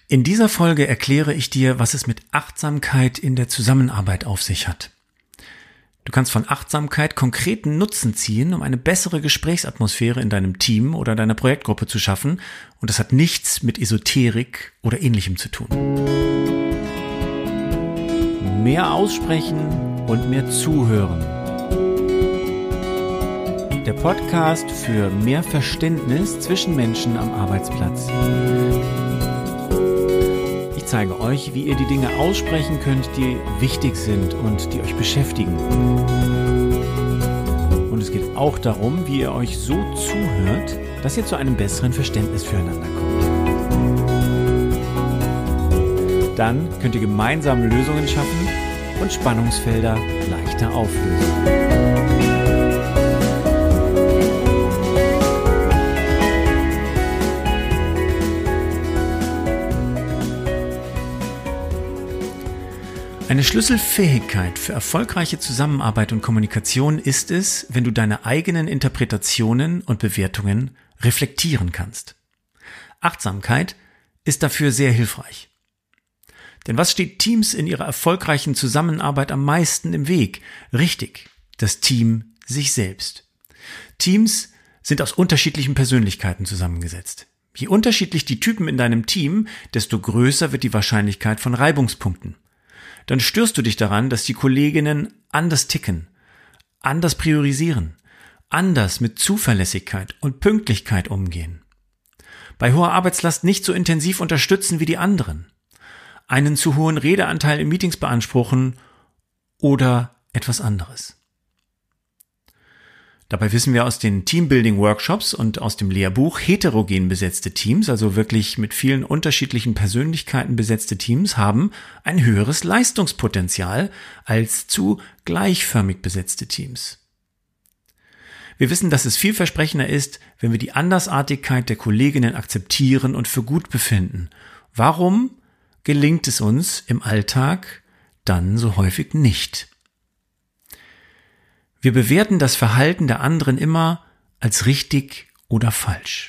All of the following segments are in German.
In dieser Folge erkläre ich dir, was es mit Achtsamkeit in der Zusammenarbeit auf sich hat. Du kannst von Achtsamkeit konkreten Nutzen ziehen, um eine bessere Gesprächsatmosphäre in deinem Team oder deiner Projektgruppe zu schaffen, und das hat nichts mit Esoterik oder Ähnlichem zu tun. Mehr aussprechen und mehr zuhören. Der Podcast für mehr Verständnis zwischen Menschen am Arbeitsplatz. Ich zeige euch, wie ihr die Dinge aussprechen könnt, die wichtig sind und die euch beschäftigen. Und es geht auch darum, wie ihr euch so zuhört, dass ihr zu einem besseren Verständnis füreinander kommt. Dann könnt ihr gemeinsam Lösungen schaffen und Spannungsfelder leichter auflösen. Eine Schlüsselfähigkeit für erfolgreiche Zusammenarbeit und Kommunikation ist es, wenn du deine eigenen Interpretationen und Bewertungen reflektieren kannst. Achtsamkeit ist dafür sehr hilfreich. Denn was steht Teams in ihrer erfolgreichen Zusammenarbeit am meisten im Weg? Richtig, das Team sich selbst. Teams sind aus unterschiedlichen Persönlichkeiten zusammengesetzt. Je unterschiedlich die Typen in deinem Team, desto größer wird die Wahrscheinlichkeit von Reibungspunkten. Dann störst du dich daran, dass die Kolleginnen anders ticken, anders priorisieren, anders mit Zuverlässigkeit und Pünktlichkeit umgehen. Bei hoher Arbeitslast nicht so intensiv unterstützen wie die anderen, einen zu hohen Redeanteil in Meetings beanspruchen oder etwas anderes. Dabei wissen wir aus den Teambuilding-Workshops und aus dem Lehrbuch, heterogen besetzte Teams, also wirklich mit vielen unterschiedlichen Persönlichkeiten besetzte Teams, haben ein höheres Leistungspotenzial als zu gleichförmig besetzte Teams. Wir wissen, dass es vielversprechender ist, wenn wir die Andersartigkeit der Kolleginnen akzeptieren und für gut befinden. Warum gelingt es uns im Alltag dann so häufig nicht? Wir bewerten das Verhalten der anderen immer als richtig oder falsch.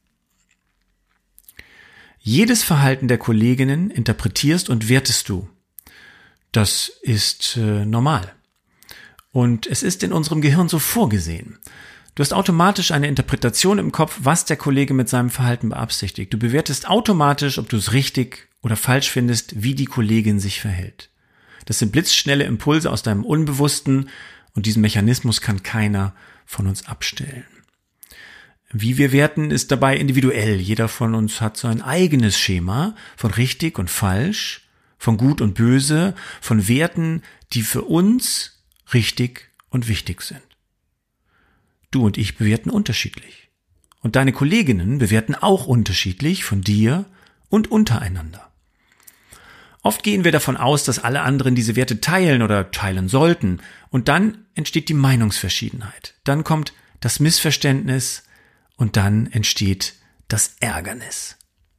Jedes Verhalten der Kolleginnen interpretierst und wertest du. Das ist normal. Und es ist in unserem Gehirn so vorgesehen. Du hast automatisch eine Interpretation im Kopf, was der Kollege mit seinem Verhalten beabsichtigt. Du bewertest automatisch, ob du es richtig oder falsch findest, wie die Kollegin sich verhält. Das sind blitzschnelle Impulse aus deinem Unbewussten, und diesen Mechanismus kann keiner von uns abstellen. Wie wir werten, ist dabei individuell. Jeder von uns hat so ein eigenes Schema von richtig und falsch, von gut und böse, von Werten, die für uns richtig und wichtig sind. Du und ich bewerten unterschiedlich. Und deine Kolleginnen bewerten auch unterschiedlich von dir und untereinander. Oft gehen wir davon aus, dass alle anderen diese Werte teilen oder teilen sollten. Und dann entsteht die Meinungsverschiedenheit. Dann kommt das Missverständnis und dann entsteht das Ärgernis.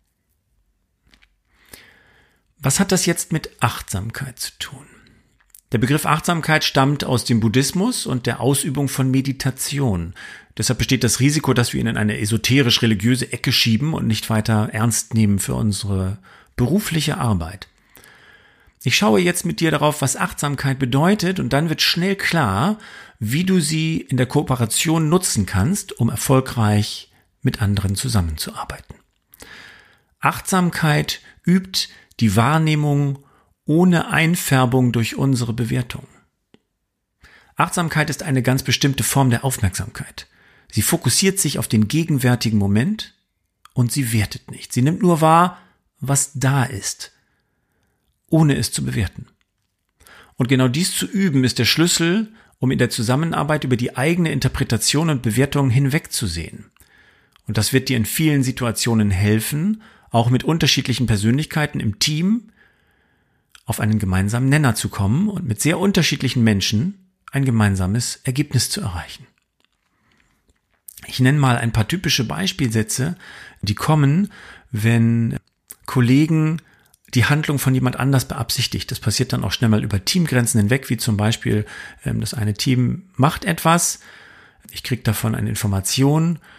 Was hat das jetzt mit Achtsamkeit zu tun? Der Begriff Achtsamkeit stammt aus dem Buddhismus und der Ausübung von Meditation. Deshalb besteht das Risiko, dass wir ihn in eine esoterisch-religiöse Ecke schieben und nicht weiter ernst nehmen für unsere berufliche Arbeit. Ich schaue jetzt mit dir darauf, was Achtsamkeit bedeutet, und dann wird schnell klar, wie du sie in der Kooperation nutzen kannst, um erfolgreich mit anderen zusammenzuarbeiten. Achtsamkeit übt die Wahrnehmung ohne Einfärbung durch unsere Bewertung. Achtsamkeit ist eine ganz bestimmte Form der Aufmerksamkeit. Sie fokussiert sich auf den gegenwärtigen Moment und sie wertet nicht. Sie nimmt nur wahr, was da ist, ohne es zu bewerten. Und genau dies zu üben, ist der Schlüssel, um in der Zusammenarbeit über die eigene Interpretation und Bewertung hinwegzusehen. Und das wird dir in vielen Situationen helfen, auch mit unterschiedlichen Persönlichkeiten im Team auf einen gemeinsamen Nenner zu kommen und mit sehr unterschiedlichen Menschen ein gemeinsames Ergebnis zu erreichen. Ich nenne mal ein paar typische Beispielsätze, die kommen, wenn Kollegen die Handlung von jemand anders beabsichtigt. Das passiert dann auch schnell mal über Teamgrenzen hinweg, wie zum Beispiel, das eine Team macht etwas, ich kriege davon eine Information,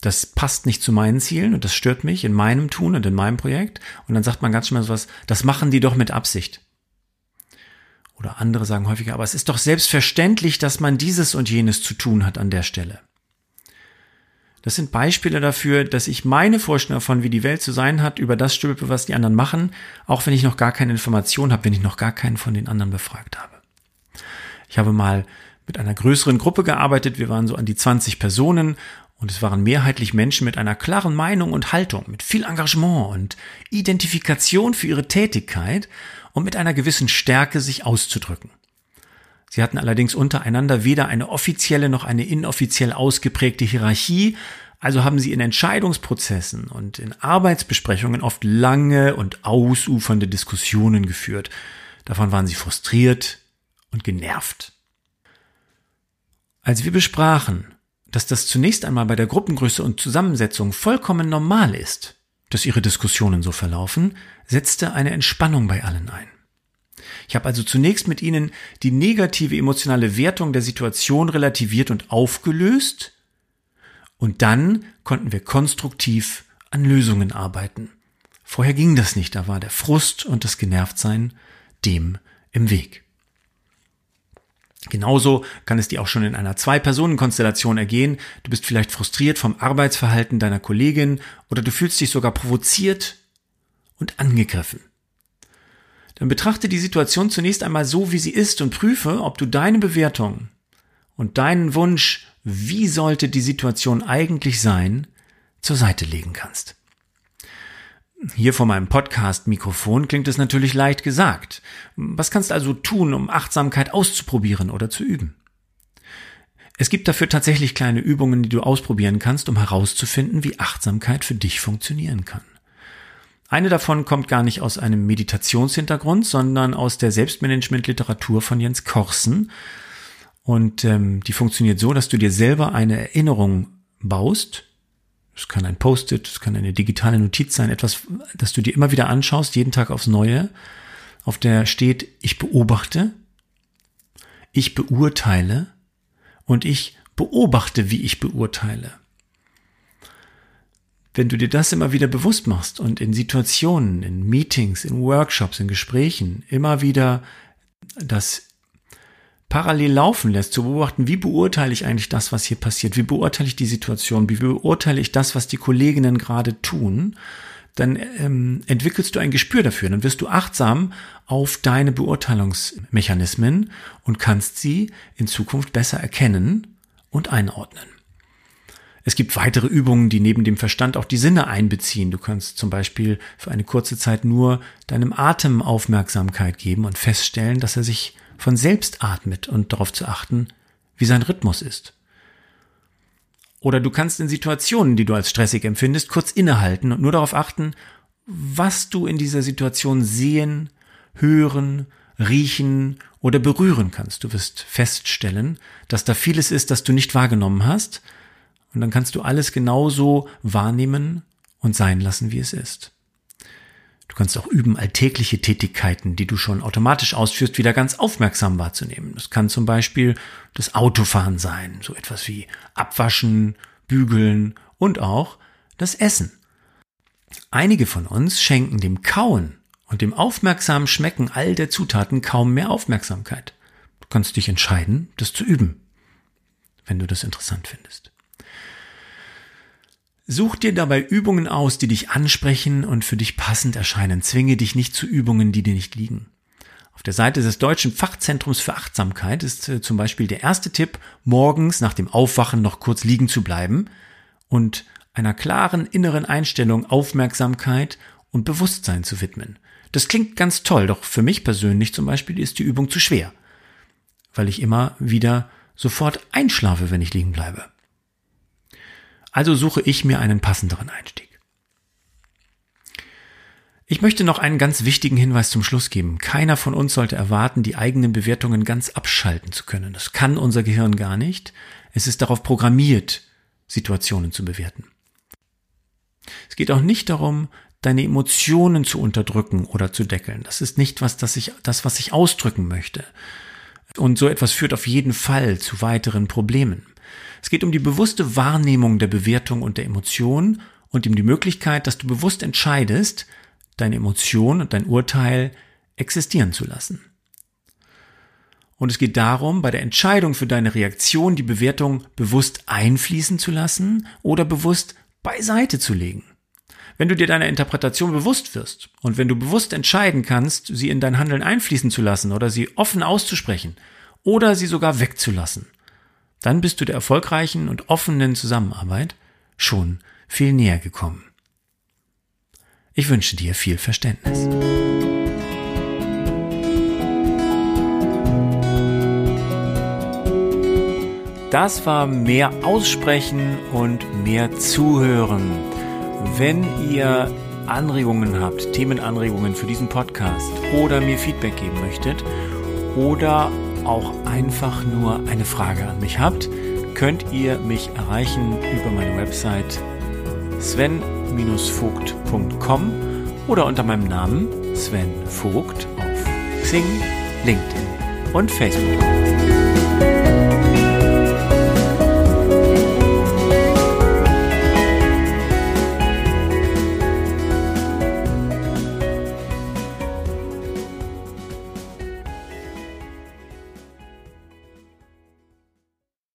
das passt nicht zu meinen Zielen und das stört mich in meinem Tun und in meinem Projekt. Und dann sagt man ganz schnell sowas, das machen die doch mit Absicht. Oder andere sagen häufiger, aber es ist doch selbstverständlich, dass man dieses und jenes zu tun hat an der Stelle. Das sind Beispiele dafür, dass ich meine Vorstellung davon, wie die Welt zu sein hat, über das stülpe, was die anderen machen, auch wenn ich noch gar keine Information habe, wenn ich noch gar keinen von den anderen befragt habe. Ich habe mal mit einer größeren Gruppe gearbeitet, wir waren so an die 20 Personen und es waren mehrheitlich Menschen mit einer klaren Meinung und Haltung, mit viel Engagement und Identifikation für ihre Tätigkeit und mit einer gewissen Stärke, sich auszudrücken. Sie hatten allerdings untereinander weder eine offizielle noch eine inoffiziell ausgeprägte Hierarchie, also haben sie in Entscheidungsprozessen und in Arbeitsbesprechungen oft lange und ausufernde Diskussionen geführt. Davon waren sie frustriert und genervt. Als wir besprachen, dass das zunächst einmal bei der Gruppengröße und Zusammensetzung vollkommen normal ist, dass ihre Diskussionen so verlaufen, setzte eine Entspannung bei allen ein. Ich habe also zunächst mit ihnen die negative emotionale Wertung der Situation relativiert und aufgelöst und dann konnten wir konstruktiv an Lösungen arbeiten. Vorher ging das nicht, da war der Frust und das Genervtsein dem im Weg. Genauso kann es dir auch schon in einer 2-Personen-Konstellation ergehen. Du bist vielleicht frustriert vom Arbeitsverhalten deiner Kollegin oder du fühlst dich sogar provoziert und angegriffen. Dann betrachte die Situation zunächst einmal so, wie sie ist und prüfe, ob du deine Bewertung und deinen Wunsch, wie sollte die Situation eigentlich sein, zur Seite legen kannst. Hier vor meinem Podcast-Mikrofon klingt es natürlich leicht gesagt. Was kannst du also tun, um Achtsamkeit auszuprobieren oder zu üben? Es gibt dafür tatsächlich kleine Übungen, die du ausprobieren kannst, um herauszufinden, wie Achtsamkeit für dich funktionieren kann. Eine davon kommt gar nicht aus einem Meditationshintergrund, sondern aus der Selbstmanagement-Literatur von Jens Korsen. Und die funktioniert so, dass du dir selber eine Erinnerung baust. Es kann ein Post-it, es kann eine digitale Notiz sein, etwas, das du dir immer wieder anschaust, jeden Tag aufs Neue, auf der steht, ich beobachte, ich beurteile und ich beobachte, wie ich beurteile. Wenn du dir das immer wieder bewusst machst und in Situationen, in Meetings, in Workshops, in Gesprächen immer wieder das parallel laufen lässt, zu beobachten, wie beurteile ich eigentlich das, was hier passiert, wie beurteile ich die Situation, wie beurteile ich das, was die Kolleginnen gerade tun, dann entwickelst du ein Gespür dafür, dann wirst du achtsam auf deine Beurteilungsmechanismen und kannst sie in Zukunft besser erkennen und einordnen. Es gibt weitere Übungen, die neben dem Verstand auch die Sinne einbeziehen. Du kannst zum Beispiel für eine kurze Zeit nur deinem Atem Aufmerksamkeit geben und feststellen, dass er sich von selbst atmet und darauf zu achten, wie sein Rhythmus ist. Oder du kannst in Situationen, die du als stressig empfindest, kurz innehalten und nur darauf achten, was du in dieser Situation sehen, hören, riechen oder berühren kannst. Du wirst feststellen, dass da vieles ist, das du nicht wahrgenommen hast, und dann kannst du alles genauso wahrnehmen und sein lassen, wie es ist. Du kannst auch üben, alltägliche Tätigkeiten, die du schon automatisch ausführst, wieder ganz aufmerksam wahrzunehmen. Das kann zum Beispiel das Autofahren sein, so etwas wie Abwaschen, Bügeln und auch das Essen. Einige von uns schenken dem Kauen und dem aufmerksamen Schmecken all der Zutaten kaum mehr Aufmerksamkeit. Du kannst dich entscheiden, das zu üben, wenn du das interessant findest. Such dir dabei Übungen aus, die dich ansprechen und für dich passend erscheinen. Zwinge dich nicht zu Übungen, die dir nicht liegen. Auf der Seite des Deutschen Fachzentrums für Achtsamkeit ist zum Beispiel der erste Tipp, morgens nach dem Aufwachen noch kurz liegen zu bleiben und einer klaren inneren Einstellung Aufmerksamkeit und Bewusstsein zu widmen. Das klingt ganz toll, doch für mich persönlich zum Beispiel ist die Übung zu schwer, weil ich immer wieder sofort einschlafe, wenn ich liegen bleibe. Also suche ich mir einen passenderen Einstieg. Ich möchte noch einen ganz wichtigen Hinweis zum Schluss geben. Keiner von uns sollte erwarten, die eigenen Bewertungen ganz abschalten zu können. Das kann unser Gehirn gar nicht. Es ist darauf programmiert, Situationen zu bewerten. Es geht auch nicht darum, deine Emotionen zu unterdrücken oder zu deckeln. Das ist nicht was ich ausdrücken möchte. Und so etwas führt auf jeden Fall zu weiteren Problemen. Es geht um die bewusste Wahrnehmung der Bewertung und der Emotion und um die Möglichkeit, dass du bewusst entscheidest, deine Emotion und dein Urteil existieren zu lassen. Und es geht darum, bei der Entscheidung für deine Reaktion die Bewertung bewusst einfließen zu lassen oder bewusst beiseite zu legen. Wenn du dir deiner Interpretation bewusst wirst und wenn du bewusst entscheiden kannst, sie in dein Handeln einfließen zu lassen oder sie offen auszusprechen oder sie sogar wegzulassen, dann bist du der erfolgreichen und offenen Zusammenarbeit schon viel näher gekommen. Ich wünsche dir viel Verständnis. Das war mehr Aussprechen und mehr Zuhören. Wenn ihr Anregungen habt, Themenanregungen für diesen Podcast oder mir Feedback geben möchtet oder auch einfach nur eine Frage an mich habt, könnt ihr mich erreichen über meine Website sven-vogt.com oder unter meinem Namen Sven Vogt auf Xing, LinkedIn und Facebook.